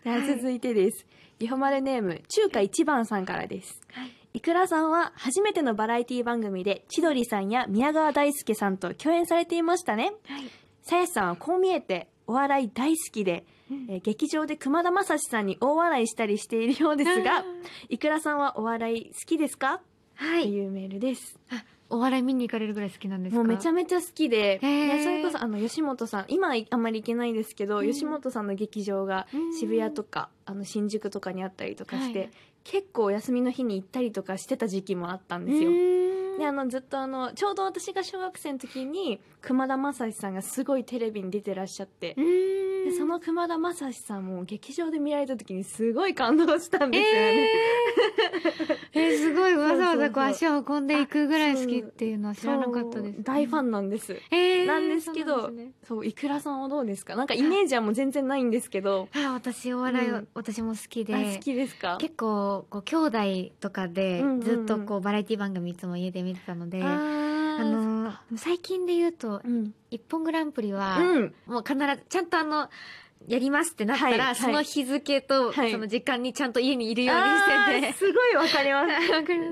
では続いてです。リホマルネーム中華一番さんからです。いくらさんは初めてのバラエティ番組で千鳥さんや宮川大輔さんと共演されていましたね。さやしさんはこう見えてお笑い大好きで、劇場で熊田正史さんに大笑いしたりしているようですが、いくらさんはお笑い好きですか？というメールです。 お笑い見に行かれるぐらい好きなんですか？ もうめちゃめちゃ好きで、それこそ吉本さん、今あんまり行けないですけど、吉本さんの劇場が渋谷とか新宿とかにあったりとかして、結構休みの日に行ったりとかしてた時期もあったんですよ。でずっとちょうど私が小学生の時に熊田正史さんがすごいテレビに出てらっしゃって、でその熊田正史さんも劇場で見られた時にすごい感動したんですよね。 すごい、わざわざこう足を運んでいくぐらい好きっていうのは知らなかったです。 大ファンなんです。なんですけど、いくらさんはどうですか？なんかイメージはもう全然ないんですけど。 私お笑い、私も好きで。 好きですか？ 結構こう兄弟とかでずっとこうバラエティ番組いつも家で見てたので、最近で言うと一本グランプリはもう必ずちゃんとやりますってなったら、その日付とその時間にちゃんと家にいるようにしてて、 すごいわかります。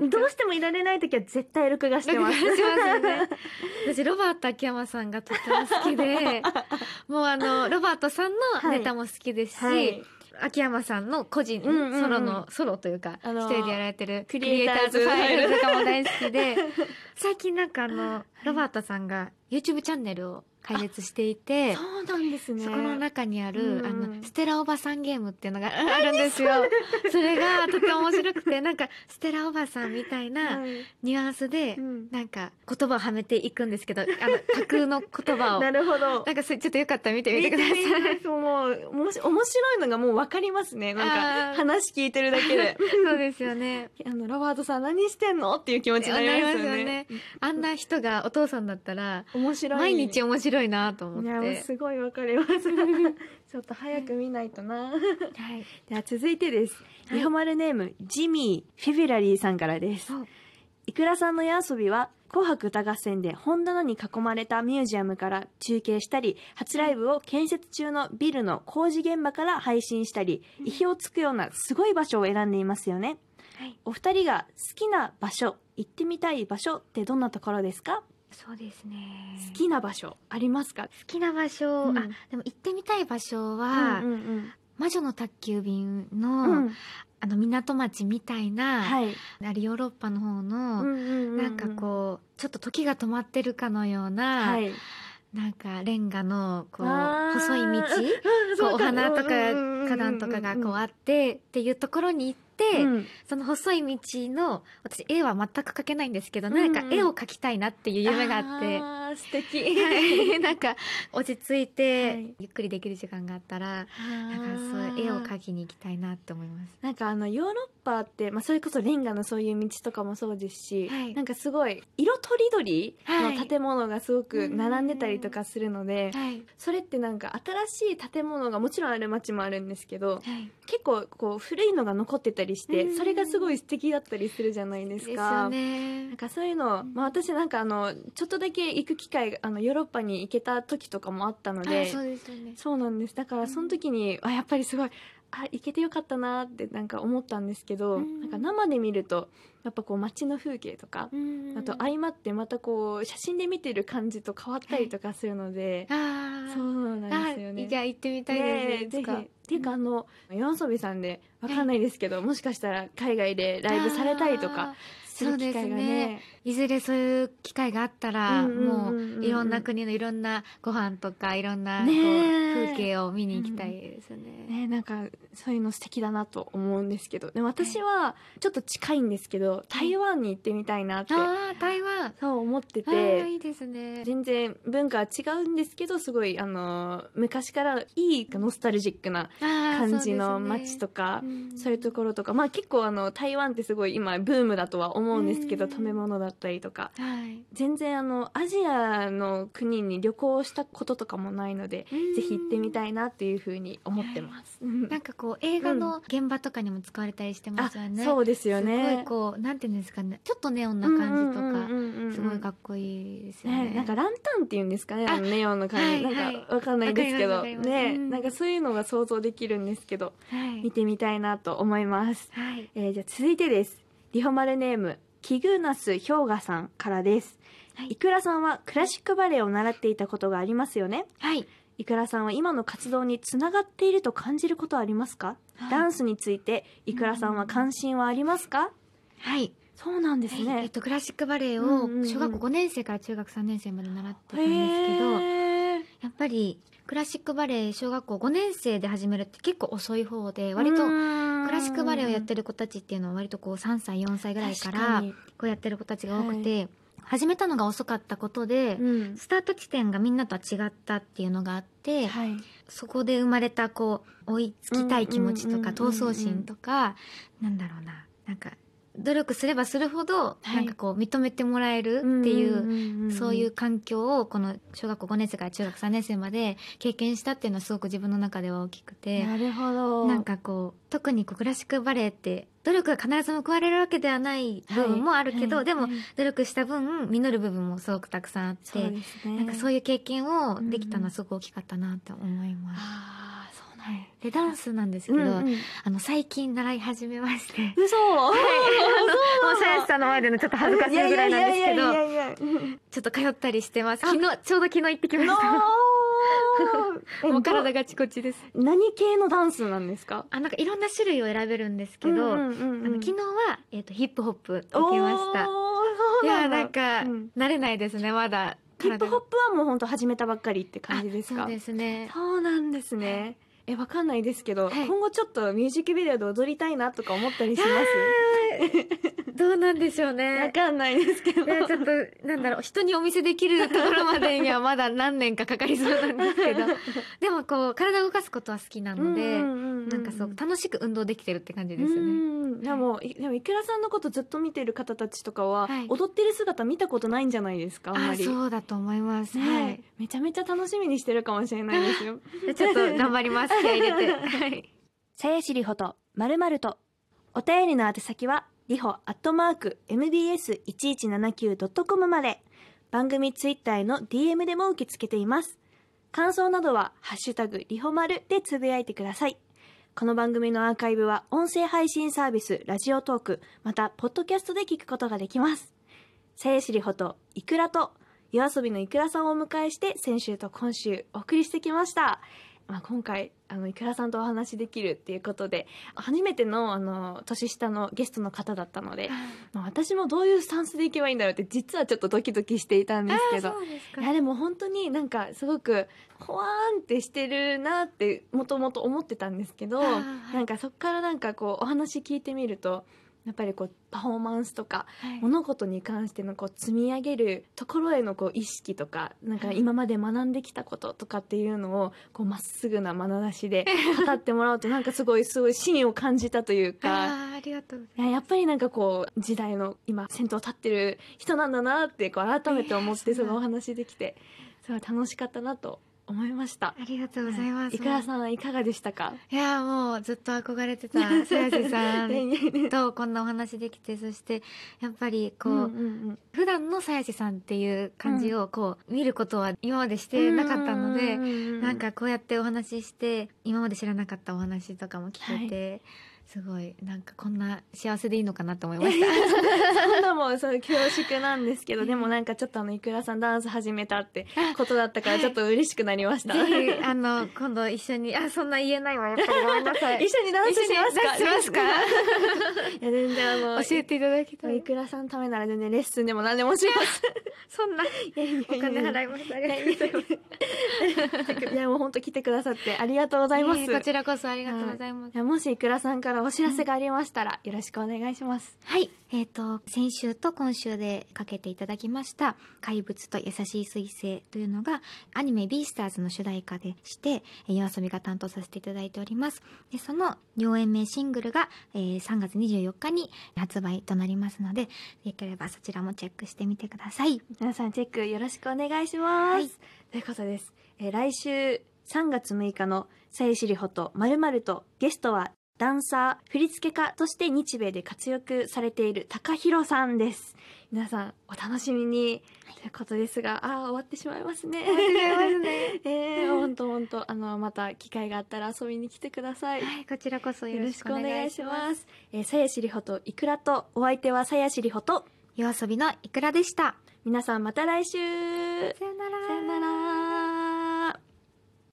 どうしてもいられない時は絶対録画してます。 私ロバート秋山さんがとっても好きで、もうロバートさんのネタも好きですし、秋山さんの個人ソロというか一人でやられてるクリエイターズファイルとかも大好きで、最近なんかロバートさんが YouTube チャンネルを開設していて、 そうなんですね。 そこの中にあるステラおばさんゲームっていうのがあるんですよ。それがとても面白くて、なんかステラおばさんみたいなニュアンスでなんか言葉をはめていくんですけど、架空の言葉を。 なるほど。 なんかそれちょっとよかったら見てみてください。 もう面白いのがもう分かりますね。なんか話聞いてるだけで。 そうですよね。 ロバートさん何してんのっていう気持ちになりますよね。 あんな人がお父さんだったら面白い。 毎日面白いなと思って。 いやもうすごいわかります。ちょっと早く見ないとな。では続いてです。リホマルネームジミー・フィビラリーさんからです。いくらさんの夜遊びは紅白歌合戦で本棚に囲まれたミュージアムから中継したり、初ライブを建設中のビルの工事現場から配信したり、意表をつくようなすごい場所を選んでいますよね。お二人が好きな場所、行ってみたい場所ってどんなところですか？ そうですね。 好きな場所ありますか？ 好きな場所、でも行ってみたい場所は、魔女の宅急便の、港町みたいな、ヨーロッパの方の、なんかこうちょっと時が止まってるかのような、なんかレンガのこう細い道、こうお花とか花壇とかがこうあってっていうところに行って、その細い道の、私絵は全く描けないんですけど、なんか絵を描きたいなっていう夢があって、 素敵。 なんか落ち着いてゆっくりできる時間があったら、なんかそういう絵を描きに行きたいなって思います。 なんかヨーロッパって、それこそレンガのそういう道とかもそうですし、なんかすごい色とりどりの建物がすごく並んでたりとかするので、それってなんか新しい建物がもちろんある街もあるんですけど、結構こう古いのが残ってたりして、それがすごい素敵だったりするじゃないですか。なんかそういうの、私なんかちょっとだけ行く機会がヨーロッパに行けた時とかもあったので、 そうですよね。 そうなんです。だからその時に、やっぱりすごい行けてよかったなってなんか思ったんですけど、なんか生で見るとやっぱこう街の風景とか、あと相まってまたこう写真で見てる感じと変わったりとかするので、そうなんですよね。 じゃあ行ってみたいです。 ぜひ。っていうか夜遊びさんでわかんないですけど、もしかしたら海外でライブされたりとかする機会がね、 いずれそういう機会があったら、もういろんな国のいろんなご飯とかいろんなこう風景を見に行きたいですね。 なんかそういうの素敵だなと思うんですけど、で私はちょっと近いんですけど、台湾に行ってみたいなって、 台湾そう思ってて、 いいですね。 全然文化は違うんですけど、すごい昔からいいノスタルジックな感じの街とか、そういうところとか、結構台湾ってすごい今ブームだとは思思うんですけど、食べ物だったりとか、全然アジアの国に旅行したこととかもないので、ぜひ行ってみたいなっていうふうに思ってます。 なんかこう映画の現場とかにも使われたりしてますよね。 そうですよね。 すごいこうなんていうんですかね、ちょっとネオンな感じとかすごいかっこいいですよね。 なんかランタンっていうんですかね、ネオンの感じ、なんかわかんないですけどね、なんかそういうのが想像できるんですけど、見てみたいなと思います。じゃあ続いてです。リホマルネームキグナス氷河さんからです。いくらさんはクラシックバレエを習っていたことがありますよね。いくらさんは今の活動につながっていると感じることはありますか？ダンスについていくらさんは関心はありますか？そうなんですね。 クラシックバレエを小学校5年生から中学3年生まで習ってたんですけど、やっぱりクラシックバレエ小学校5年生で始めるって結構遅い方で、割とクラシックバレエをやってる子たちっていうのは割とこう3歳4歳ぐらいからこうやってる子たちが多くて、始めたのが遅かったことで、スタート地点がみんなとは違ったっていうのがあって、そこで生まれたこう追いつきたい気持ちとか闘争心とか、なんだろうな、なんか努力すればするほどなんかこう認めてもらえるっていう、そういう環境をこの小学校5年生から中学3年生まで経験したっていうのはすごく自分の中では大きくて、 なるほど。 なんかこう特にこうクラシックバレエって努力が必ず報われるわけではない部分もあるけど、でも努力した分実る部分もすごくたくさんあって、なんかそういう経験をできたのはすごく大きかったなと思います。でダンスなんですけど、最近習い始めまして。 嘘。 もうさやしさんの前でのちょっと恥ずかしいぐらいなんですけど、ちょっと通ったりしてます。ちょうど昨日行ってきました。もう体がチコチです。 何系のダンスなんですか？ なんかいろんな種類を選べるんですけど、昨日はヒップホップ行きました。いやなんか慣れないですねまだ。 ヒップホップはもう本当始めたばっかりって感じですか？ そうですね。 そうなんですね。わかんないですけど、今後ちょっとミュージックビデオで踊りたいなとか思ったりします？ どうなんでしょうね。 わかんないですけど。 ちょっと、なんだろう、人にお見せできるところまでにはまだ何年かかかりそうなんですけど、でもこう、体を動かすことは好きなので、なんかそう、楽しく運動できてるって感じですよね。 でもいくらさんのことずっと見てる方たちとかは、踊ってる姿見たことないんじゃないですか？あんまり。 そうだと思います。 めちゃめちゃ楽しみにしてるかもしれないですよ。 ちょっと頑張ります。気合い入れて。 さやしりほと〇〇と。お便りの宛先はりほ@mbs1179.com まで。番組ツイッターへの DM でも受け付けています。感想などはハッシュタグりほまるでつぶやいてください。この番組のアーカイブは音声配信サービスラジオトーク、またポッドキャストで聞くことができます。さやしりほといくらと夜遊びのいくらさんをお迎えして先週と今週お送りしてきました。今回いくらさんとお話できるっていうことで初めての年下のゲストの方だったので、私もどういうスタンスでいけばいいんだろうって実はちょっとドキドキしていたんですけど、いやでも本当になんかすごくほわーんってしてるなってもともと思ってたんですけど、なんかそっからなんかこうお話聞いてみるとやっぱりこうパフォーマンスとか、物事に関してのこう積み上げるところへのこう意識とか、なんか今まで学んできたこととかっていうのをこうまっすぐな眼差しで語ってもらうとなんかすごい芯を感じたというか、 ありがとう。 やっぱりなんかこう時代の今先頭立ってる人なんだなってこう改めて思ってそのお話できてすごい楽しかったなと思いました。 ありがとうございます。 いくらさんいかがでしたか？ いやもうずっと憧れてたさやしさんとこんなお話できて、そしてやっぱりこう、普段のさやしさんっていう感じをこう見ることは今までしてなかったので、なんかこうやってお話しして今まで知らなかったお話とかも聞けて、すごいなんかこんな幸せでいいのかなと思いました。 そんなもんそう恐縮なんですけど、でもなんかちょっといくらさんダンス始めたってことだったからちょっと嬉しくなりました。 ぜひ今度一緒にそんな言えないわやっぱりごめんなさい。 一緒にダンスしますか？ しますか？いや全然教えていただきたい。 いくらさんのためなら全然レッスンでも何でもします。 そんなお金払います。ありがとうございます。 いやもう本当来てくださってありがとうございます。 こちらこそありがとうございます。 もしいくらさんかからお知らせがありましたら、よろしくお願いします。 はい。先週と今週でかけていただきました怪物と優しい彗星というのがアニメビースターズの主題歌でして、YOASOBIが担当させていただいております。で、その両円名シングルが、3月24日に発売となりますので、よければそちらもチェックしてみてください。 皆さんチェックよろしくお願いします。はい、ということです。来週3月6日のさやしりほと〇〇とゲストはダンサー、振付家として日米で活躍されている高弘さんです。皆さんお楽しみに、ということですが、終わってしまいますね。 終わってしまいますね。 本当また機会があったら遊びに来てください。 はい、こちらこそよろしくお願いします。 さやしりほといくらと、お相手はさやしりほと YOASOBIのいくらでした。 皆さんまた来週。 さよなら。 さよなら。